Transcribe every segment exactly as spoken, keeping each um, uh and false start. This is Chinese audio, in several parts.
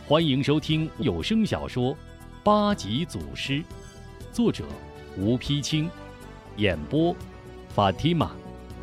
欢迎收听有声小说《八级祖师》，作者吴丕清，演播法蒂玛。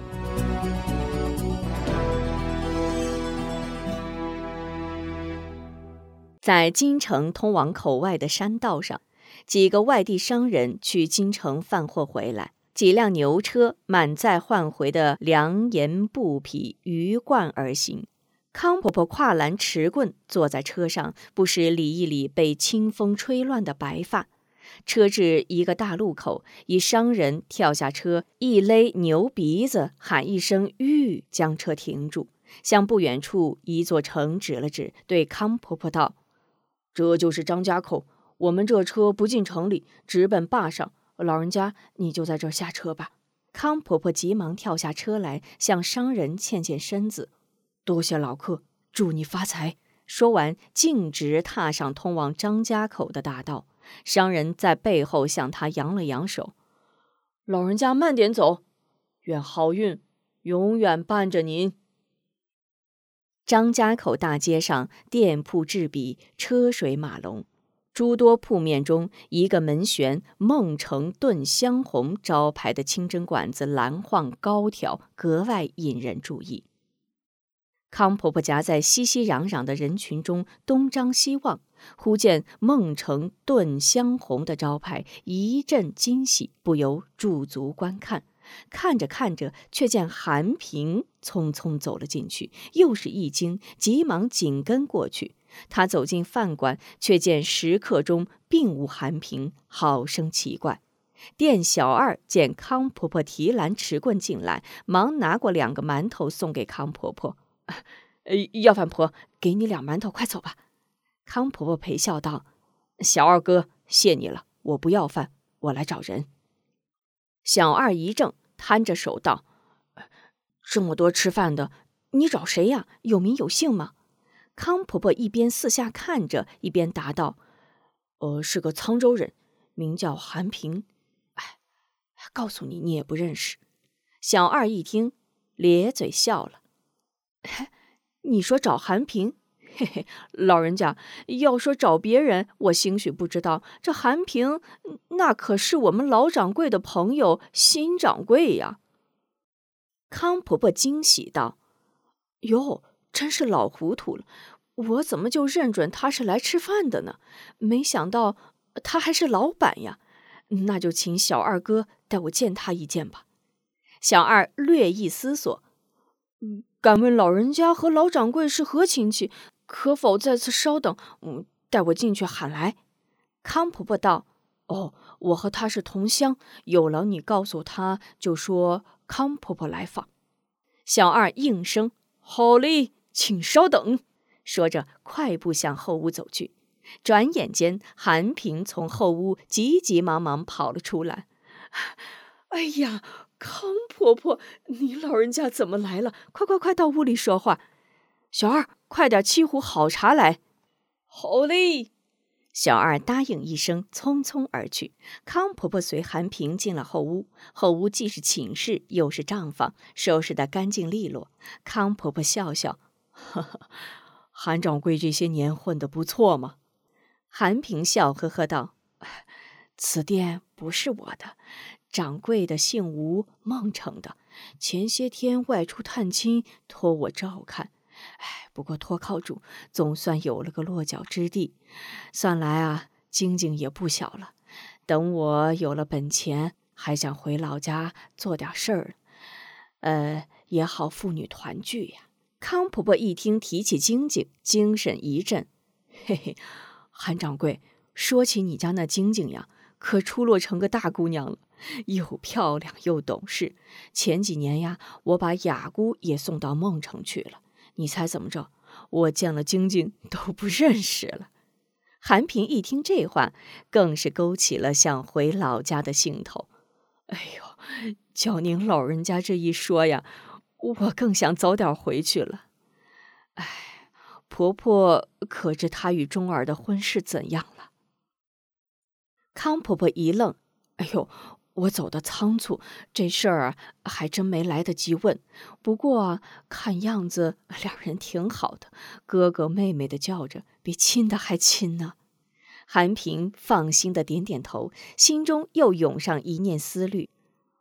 在京城通往口外的山道上，几个外地商人去京城贩货回来，几辆牛车满载换回的粮盐布匹鱼贯而行。康婆婆挎篮持棍坐在车上，不时理一理被清风吹乱的白发。车至一个大路口，一商人跳下车，一勒牛鼻子，喊一声吁，将车停住，向不远处一座城指了指，对康婆婆道：这就是张家口，我们这车不进城里，直奔坝上，老人家你就在这儿下车吧。康婆婆急忙跳下车来，向商人欠欠身子，多谢老客，祝你发财。说完径直踏上通往张家口的大道。商人在背后向他扬了扬手，老人家慢点走，愿好运永远伴着您。张家口大街上店铺陟比，车水马龙，诸多铺面中，一个门悬孟城炖香红招牌的清真馆子蓝晃高挑，格外引人注意。康婆婆夹在熙熙攘攘的人群中东张西望，忽见孟城炖香红的招牌，一阵惊喜，不由驻足观看。看着看着，却见韩平匆匆走了进去，又是一惊，急忙紧跟过去。他走进饭馆，却见食客中并无韩平，好生奇怪。店小二见康婆婆提篮持棍进来，忙拿过两个馒头送给康婆婆。呃，要饭婆，给你两馒头，快走吧。康婆婆陪笑道：小二哥，谢你了，我不要饭，我来找人。小二一怔，摊着手道：这么多吃饭的，你找谁呀？有名有姓吗？康婆婆一边四下看着，一边答道：呃，是个沧州人，名叫韩平。哎，告诉你，你也不认识。小二一听，咧嘴笑了。你说找韩平？嘿嘿，老人家，要说找别人，我兴许不知道，这韩平那可是我们老掌柜的朋友新掌柜呀。康婆婆惊喜道：哟，真是老糊涂了，我怎么就认准他是来吃饭的呢？没想到他还是老板呀，那就请小二哥带我见他一见吧。小二略一思索，嗯，敢问老人家和老掌柜是何亲戚？可否再次稍等，嗯，带我进去喊来。康婆婆道：哦，我和他是同乡，有劳你告诉他，就说康婆婆来访。小二应声：好嘞，请稍等。说着快步向后屋走去。转眼间，韩平从后屋急急忙忙跑了出来。哎呀，康婆婆，你老人家怎么来了？快快快到屋里说话。小二，快点沏壶好茶来。好嘞。小二答应一声，匆匆而去。康婆婆随韩平进了后屋，后屋既是寝室又是账房，收拾得干净利落。康婆婆笑笑：呵呵，韩掌柜这些年混得不错嘛。韩平笑呵呵道：此店不是我的，掌柜的姓吴，孟城的，前些天外出探亲，托我照看。哎，不过托靠主，总算有了个落脚之地。算来啊，晶晶也不小了，等我有了本钱，还想回老家做点事儿，呃，也好父女团聚呀。康婆婆一听提起晶晶，精神一振：嘿嘿，韩掌柜，说起你家那晶晶呀，可出落成个大姑娘了，又漂亮又懂事。前几年呀，我把雅姑也送到孟城去了。你猜怎么着？我见了晶晶都不认识了。韩平一听这话，更是勾起了想回老家的兴头。哎呦，叫您老人家这一说呀，我更想早点回去了。哎，婆婆可知她与钟儿的婚事怎样了？康婆婆一愣：哎呦， 我走得仓促，这事儿啊还真没来得及问。不过啊，看样子两人挺好的，哥哥妹妹的叫着，比亲的还亲呢。韩平放心的点点头，心中又涌上一念思虑。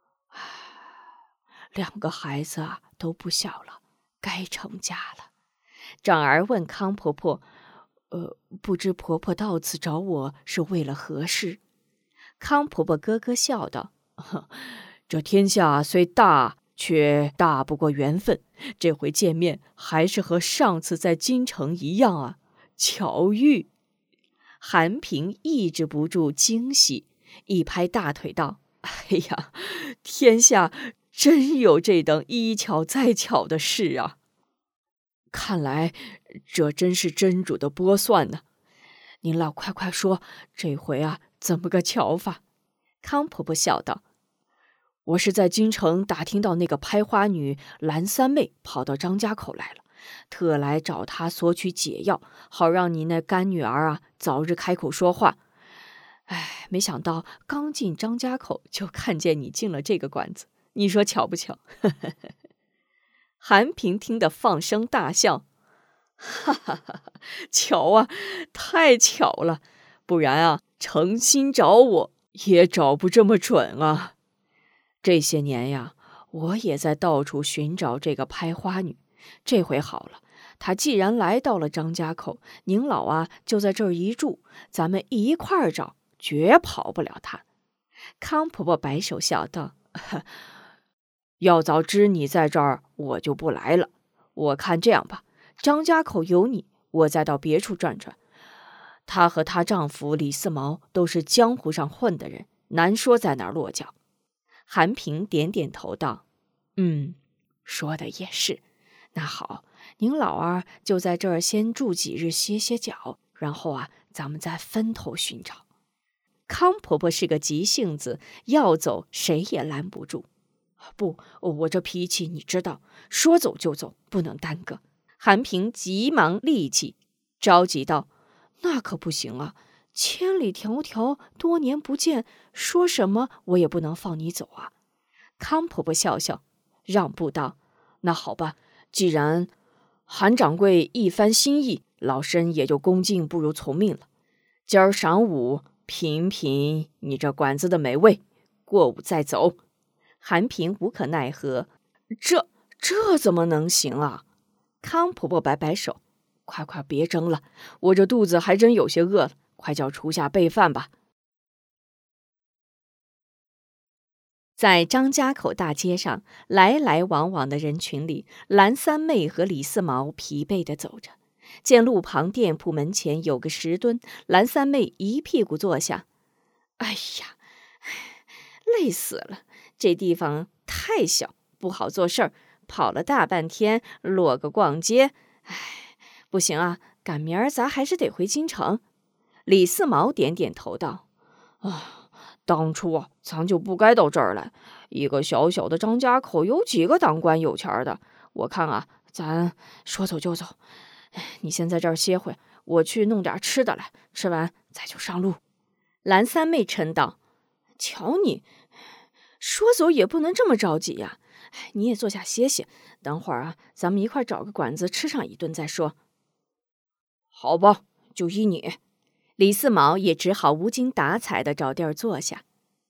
两个孩子啊都不小了，该成家了。长儿问康婆婆：“呃，不知婆婆到此找我是为了何事？”康婆婆咯咯笑道：“这天下虽大，却大不过缘分。这回见面，还是和上次在京城一样啊，巧遇。”韩平抑制不住惊喜，一拍大腿道：“哎呀，天下真有这等一巧再巧的事啊！看来这真是真主的拨算呢。您老快快说，这回啊怎么个巧法？”康婆婆笑道：“我是在京城打听到那个拍花女蓝三妹跑到张家口来了，特来找她索取解药，好让你那干女儿啊早日开口说话。哎，没想到刚进张家口就看见你进了这个馆子，你说巧不巧？”韩平听得放声大笑：“哈哈哈哈，巧啊，太巧了！不然啊，诚心找我也找不这么准啊。这些年呀，我也在到处寻找这个拍花女。这回好了，她既然来到了张家口，您老啊就在这儿一住，咱们一块儿找，绝跑不了她。”康婆婆摆手笑道：“要早知你在这儿，我就不来了。我看这样吧，张家口有你，我再到别处转转。她和她丈夫李四毛都是江湖上混的人，难说在哪儿落脚。”韩平点点头道：“嗯，说的也是。那好，您老儿就在这儿先住几日歇歇脚，然后啊，咱们再分头寻找。”康婆婆是个急性子，要走谁也拦不住。不，我这脾气你知道，说走就走，不能耽搁。韩平急忙立起，着急道：“那可不行啊！千里迢迢，多年不见，说什么我也不能放你走啊。”康婆婆笑笑，让步道：“那好吧，既然韩掌柜一番心意，老身也就恭敬不如从命了。今儿晌午品品你这馆子的美味，过午再走。”韩平无可奈何：“这这怎么能行啊？”康婆婆摆摆手：“快快别争了，我这肚子还真有些饿了，快叫厨下备饭吧。”在张家口大街上，来来往往的人群里，蓝三妹和李四毛疲惫地走着。见路旁店铺门前有个石墩，蓝三妹一屁股坐下：“哎呀，累死了！这地方太小，不好做事儿，跑了大半天，落个逛街，哎，不行啊，赶明儿咱还是得回京城。”李四毛点点头道：“啊，当初啊，咱就不该到这儿来。一个小小的张家口，有几个当官有钱的？我看啊，咱说走就走。你先在这儿歇会，我去弄点吃的来，吃完咱就上路。”蓝三妹嗔道：“瞧你，说走也不能这么着急呀！你也坐下歇歇，等会儿啊，咱们一块找个馆子吃上一顿再说。”“好吧，就依你。”李四毛也只好无精打采地找地儿坐下。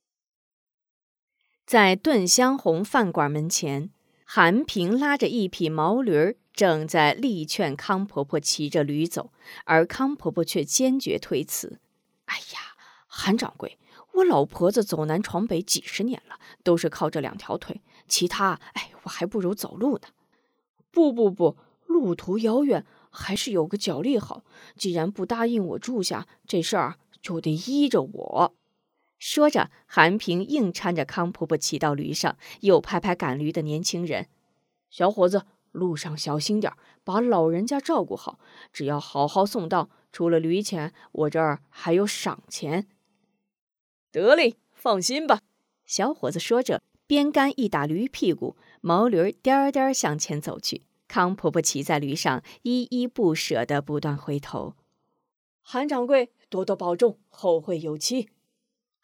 在炖香红饭馆门前，韩平拉着一匹毛驴，正在力劝康婆婆骑着驴走，而康婆婆却坚决推辞：“哎呀，韩掌柜，我老婆子走南闯北几十年了，都是靠这两条腿，其他，哎，我还不如走路呢。”“不不不，路途遥远，还是有个脚力好。既然不答应我住下，这事儿就得依着我。”说着，韩平硬搀着康婆婆骑到驴上，又拍拍赶驴的年轻人：“小伙子，路上小心点，把老人家照顾好。只要好好送到，除了驴钱，我这儿还有赏钱。”“得嘞，放心吧。”小伙子说着，边杆一打驴屁股，毛驴颠颠向前走去。康婆婆骑在驴上，依依不舍地不断回头：“韩掌柜，多多保重，后会有期。”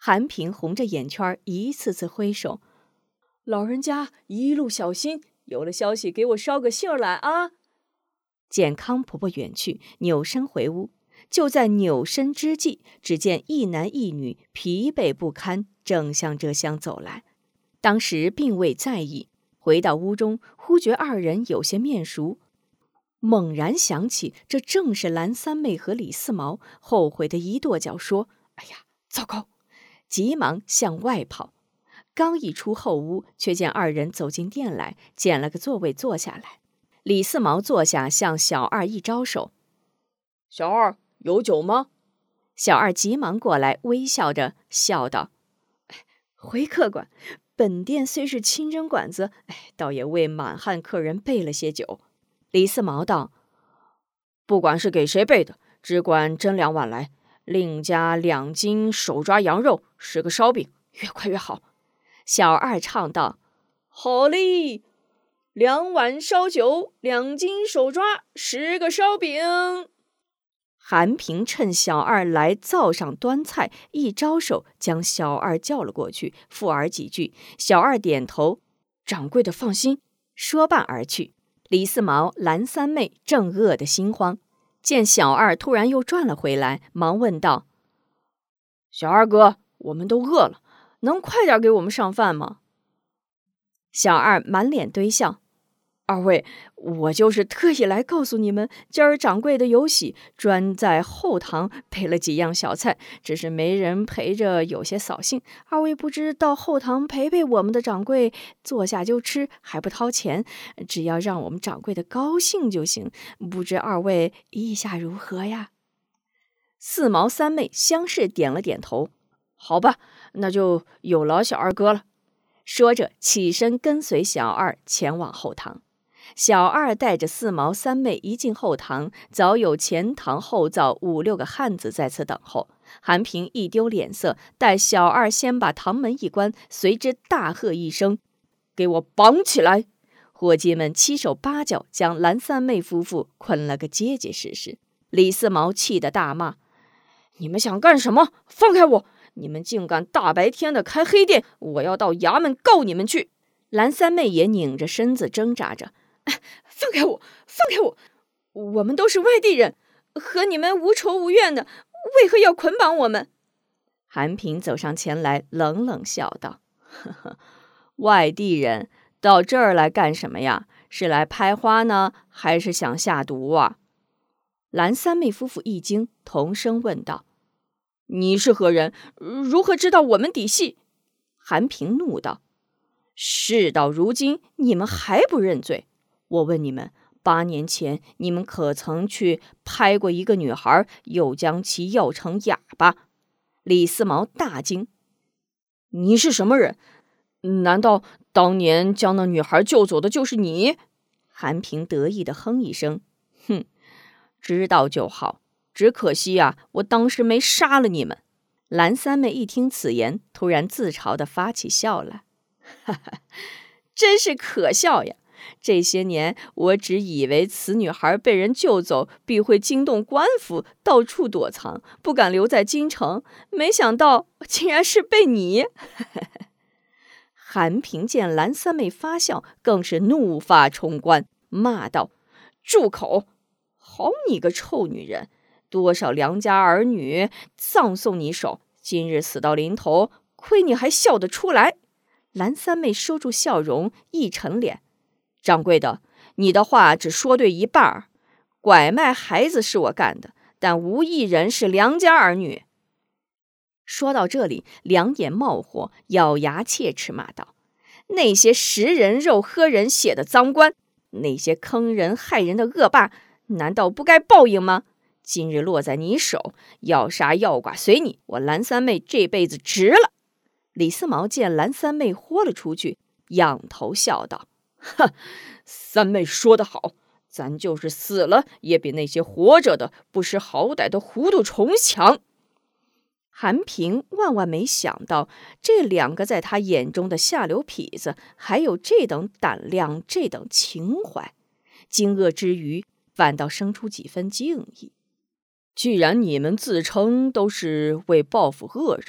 韩平红着眼圈，一次次挥手：“ 老人家一路小心，有了消息给我捎个信儿来啊！” 见康婆婆远去，扭身回屋。就在扭身之际，只见一男一女疲惫不堪，正向这厢走来。当时并未在意，回到屋中，忽觉二人有些面熟，猛然想起这正是蓝三妹和李四毛，后悔的一跺脚说：“哎呀，糟糕！”急忙向外跑。刚一出后屋，却见二人走进店来，捡了个座位坐下来。李四毛坐下，向小二一招手：“ 小二，有酒吗？” 小二急忙过来，微笑着笑道：“回客官，本店虽是清真馆子，哎，倒也为满汉客人备了些酒。”李四毛道：“ 不管是给谁备的，只管斟两碗来，另加两斤手抓羊肉，十个烧饼，越快越好。” 小二唱道：“ 好嘞！两碗烧酒，两斤手抓，十个烧饼。” 韩平趁小二来灶上端菜，一招手将小二叫了过去，附耳几句。小二点头：“掌柜的放心。”说罢而去。李四毛、蓝三妹正饿得心慌，见小二突然又转了回来，忙问道：“ 小二哥，我们都饿了，能快点给我们上饭吗？” 小二满脸堆笑：“ 二位，我就是特意来告诉你们，今儿掌柜的有喜，专在后堂备了几样小菜，只是没人陪着，有些扫兴。二位不知到后堂陪陪我们的掌柜，坐下就吃，还不掏钱，只要让我们掌柜的高兴就行。不知二位意下如何呀？” 四毛三妹相视点了点头：“ 好吧，那就有劳小二哥了。” 说着起身跟随小二前往后堂。小二带着四毛三妹一进后堂，早有前堂后灶五六个汉子在此等候。韩平一丢脸色，待小二先把堂门一关，随之大喝一声：“ 给我绑起来！” 伙计们七手八脚将蓝三妹夫妇捆了个结结实实。李四毛气得大骂：“ 你们想干什么？放开我！你们竟敢大白天的开黑店，我要到衙门告你们去！” 蓝三妹也拧着身子挣扎着：“ 放开我，放开我！我们都是外地人，和你们无仇无怨的，为何要捆绑我们？” 韩平走上前来，冷冷笑道：“呵呵，外地人到这儿来干什么呀？是来拍花呢，还是想下毒啊？”蓝三妹夫妇一惊，同声问道：“ 你是何人？如何知道我们底细？” 韩平怒道：“事到如今，你们还不认罪？我问你们，八年前你们可曾去拍过一个女孩，又将其要成哑巴？”李四毛大惊：“ 你是什么人？难道当年将那女孩救走的就是你？” 韩平得意地哼一声：“哼，知道就好。只可惜啊，我当时没杀了你们。”蓝三妹一听此言，突然自嘲地发起笑来：“哈哈，真是可笑呀！这些年我只以为此女孩被人救走，必会惊动官府，到处躲藏，不敢留在京城，没想到竟然是被你。”韩平见蓝三妹发笑，更是怒发冲冠，骂道：“ 住口！ 好你个臭女人！多少良家儿女葬送你手，今日死到临头，亏你还笑得出来！”蓝三妹收住笑容，一沉脸：“掌柜的，你的话只说对一半，拐卖孩子是我干的，但无一人是良家儿女。”说到这里，两眼冒火，咬牙切齿骂道：“那些食人肉喝人血的脏官，那些坑人害人的恶霸，难道不该报应吗？今日落在你手，要杀要剐随你，我蓝三妹这辈子值了。”李四毛见蓝三妹豁了出去，仰头笑道：“ 哼，三妹说得好，咱就是死了，也比那些活着的不识好歹的糊涂虫强。” 韩平万万没想到，这两个在他眼中的下流痞子还有这等胆量，这等情怀，惊愕之余，反倒生出几分敬意。 既然你们自称都是为报复恶人，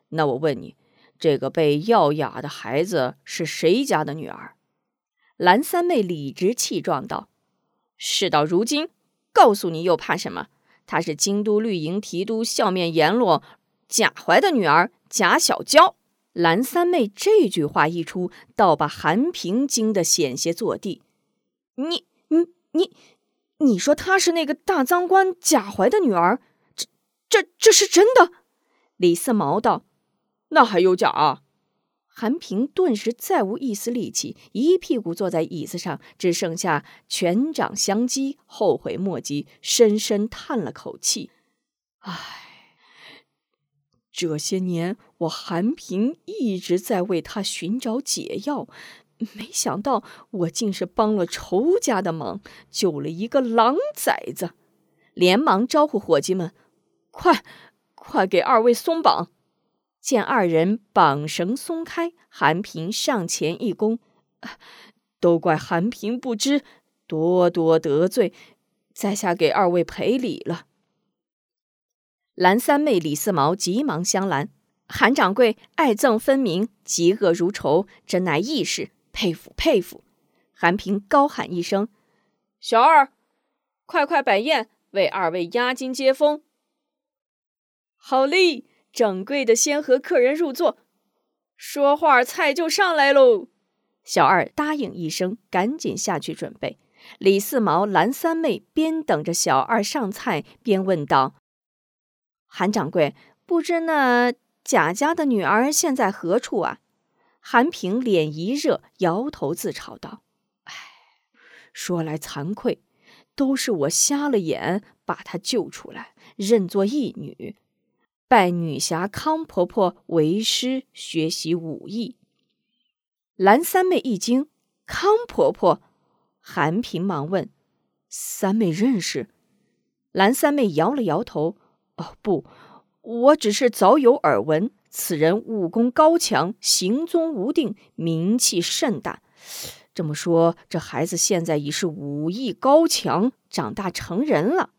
那我问你，这个被药哑的孩子是谁家的女儿？” 蓝三妹理直气壮道：“ 事到如今，告诉你又怕什么？她是京都绿营提督笑面阎罗贾怀的女儿贾小娇。” 蓝三妹这句话一出，倒把韩平惊得险些坐地。 你你你你说她是那个大赃官贾怀的女儿？这这这是真的？ 李四毛道：“ 那还有假啊？” 韩平顿时再无一丝力气，一屁股坐在椅子上，只剩下拳掌相击，后悔莫及，深深叹了口气：“唉，这些年我韩平一直在为他寻找解药，没想到我竟是帮了仇家的忙，救了一个狼崽子。”连忙招呼伙计们：“ 快快给二位松绑！” 见二人绑绳松开，韩平上前一躬：“ 都怪韩平不知，多多得罪，在下给二位赔礼了。” 蓝三妹、李四毛急忙相拦：“韩掌柜爱憎分明，嫉恶如仇，真乃义士，佩服佩服！”韩平高喊一声：“ 小二，快快摆宴，为二位押金接风。”“好嘞！掌柜的先和客人入座，说话菜就上来喽。” 小二答应一声，赶紧下去准备。李四毛、蓝三妹边等着小二上菜，边问道：“韩掌柜，不知那贾家的女儿现在何处啊？”韩平脸一热，摇头自嘲道：“唉，说来惭愧，都是我瞎了眼，把她救出来，认作义女。拜女侠康婆婆为师，学习武艺。”蓝三妹一惊：“康婆婆？”韩平忙问：“三妹认识？”蓝三妹摇了摇头：“哦，不，我只是早有耳闻，此人武功高强，行踪无定，名气甚大。这么说，这孩子现在已是武艺高强，长大成人了。”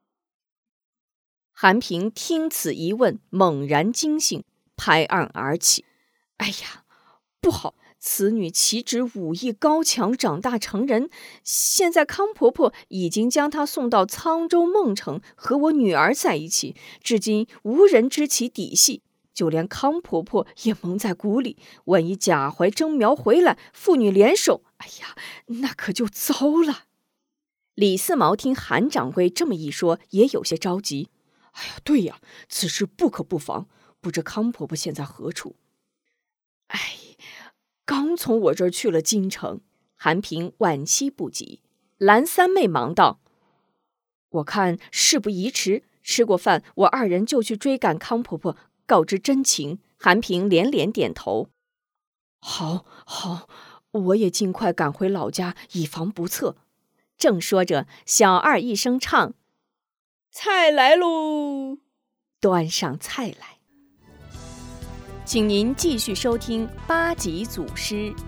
韩平听此一问，猛然惊醒，拍案而起：“哎呀，不好！此女岂止武艺高强，长大成人，现在康婆婆已经将她送到沧州孟城，和我女儿在一起，至今无人知其底细，就连康婆婆也蒙在鼓里。万一贾怀征苗回来，父女联手，哎呀，那可就糟了。”李四毛听韩掌柜这么一说，也有些着急：“ 哎呀，对呀，此事不可不防，不知康婆婆现在何处？”“ 哎，刚从我这儿去了京城。”韩平惋惜不及。蓝三妹忙道：“我看事不宜迟，吃过饭，我二人就去追赶康婆婆，告知真情。”韩平连连点头：“ 好，好，我也尽快赶回老家，以防不测。” 正说着，小二一声唱：“ 菜来喽！” 端上菜来。请您继续收听八级祖师